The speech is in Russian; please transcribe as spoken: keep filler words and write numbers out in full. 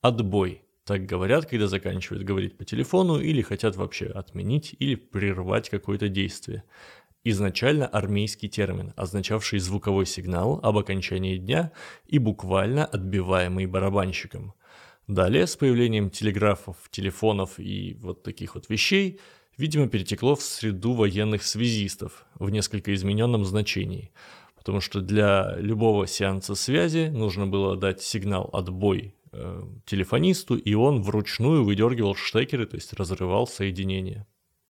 Отбой. Так говорят, когда заканчивают говорить по телефону или хотят вообще отменить или прервать какое-то действие. Изначально армейский термин, означавший звуковой сигнал об окончании дня и буквально отбиваемый барабанщиком. Далее, с появлением телеграфов, телефонов и вот таких вот вещей, видимо, перетекло в среду военных связистов в несколько измененном значении, потому что для любого сеанса связи нужно было дать сигнал «отбой» э, телефонисту, и он вручную выдергивал штекеры, то есть разрывал соединение.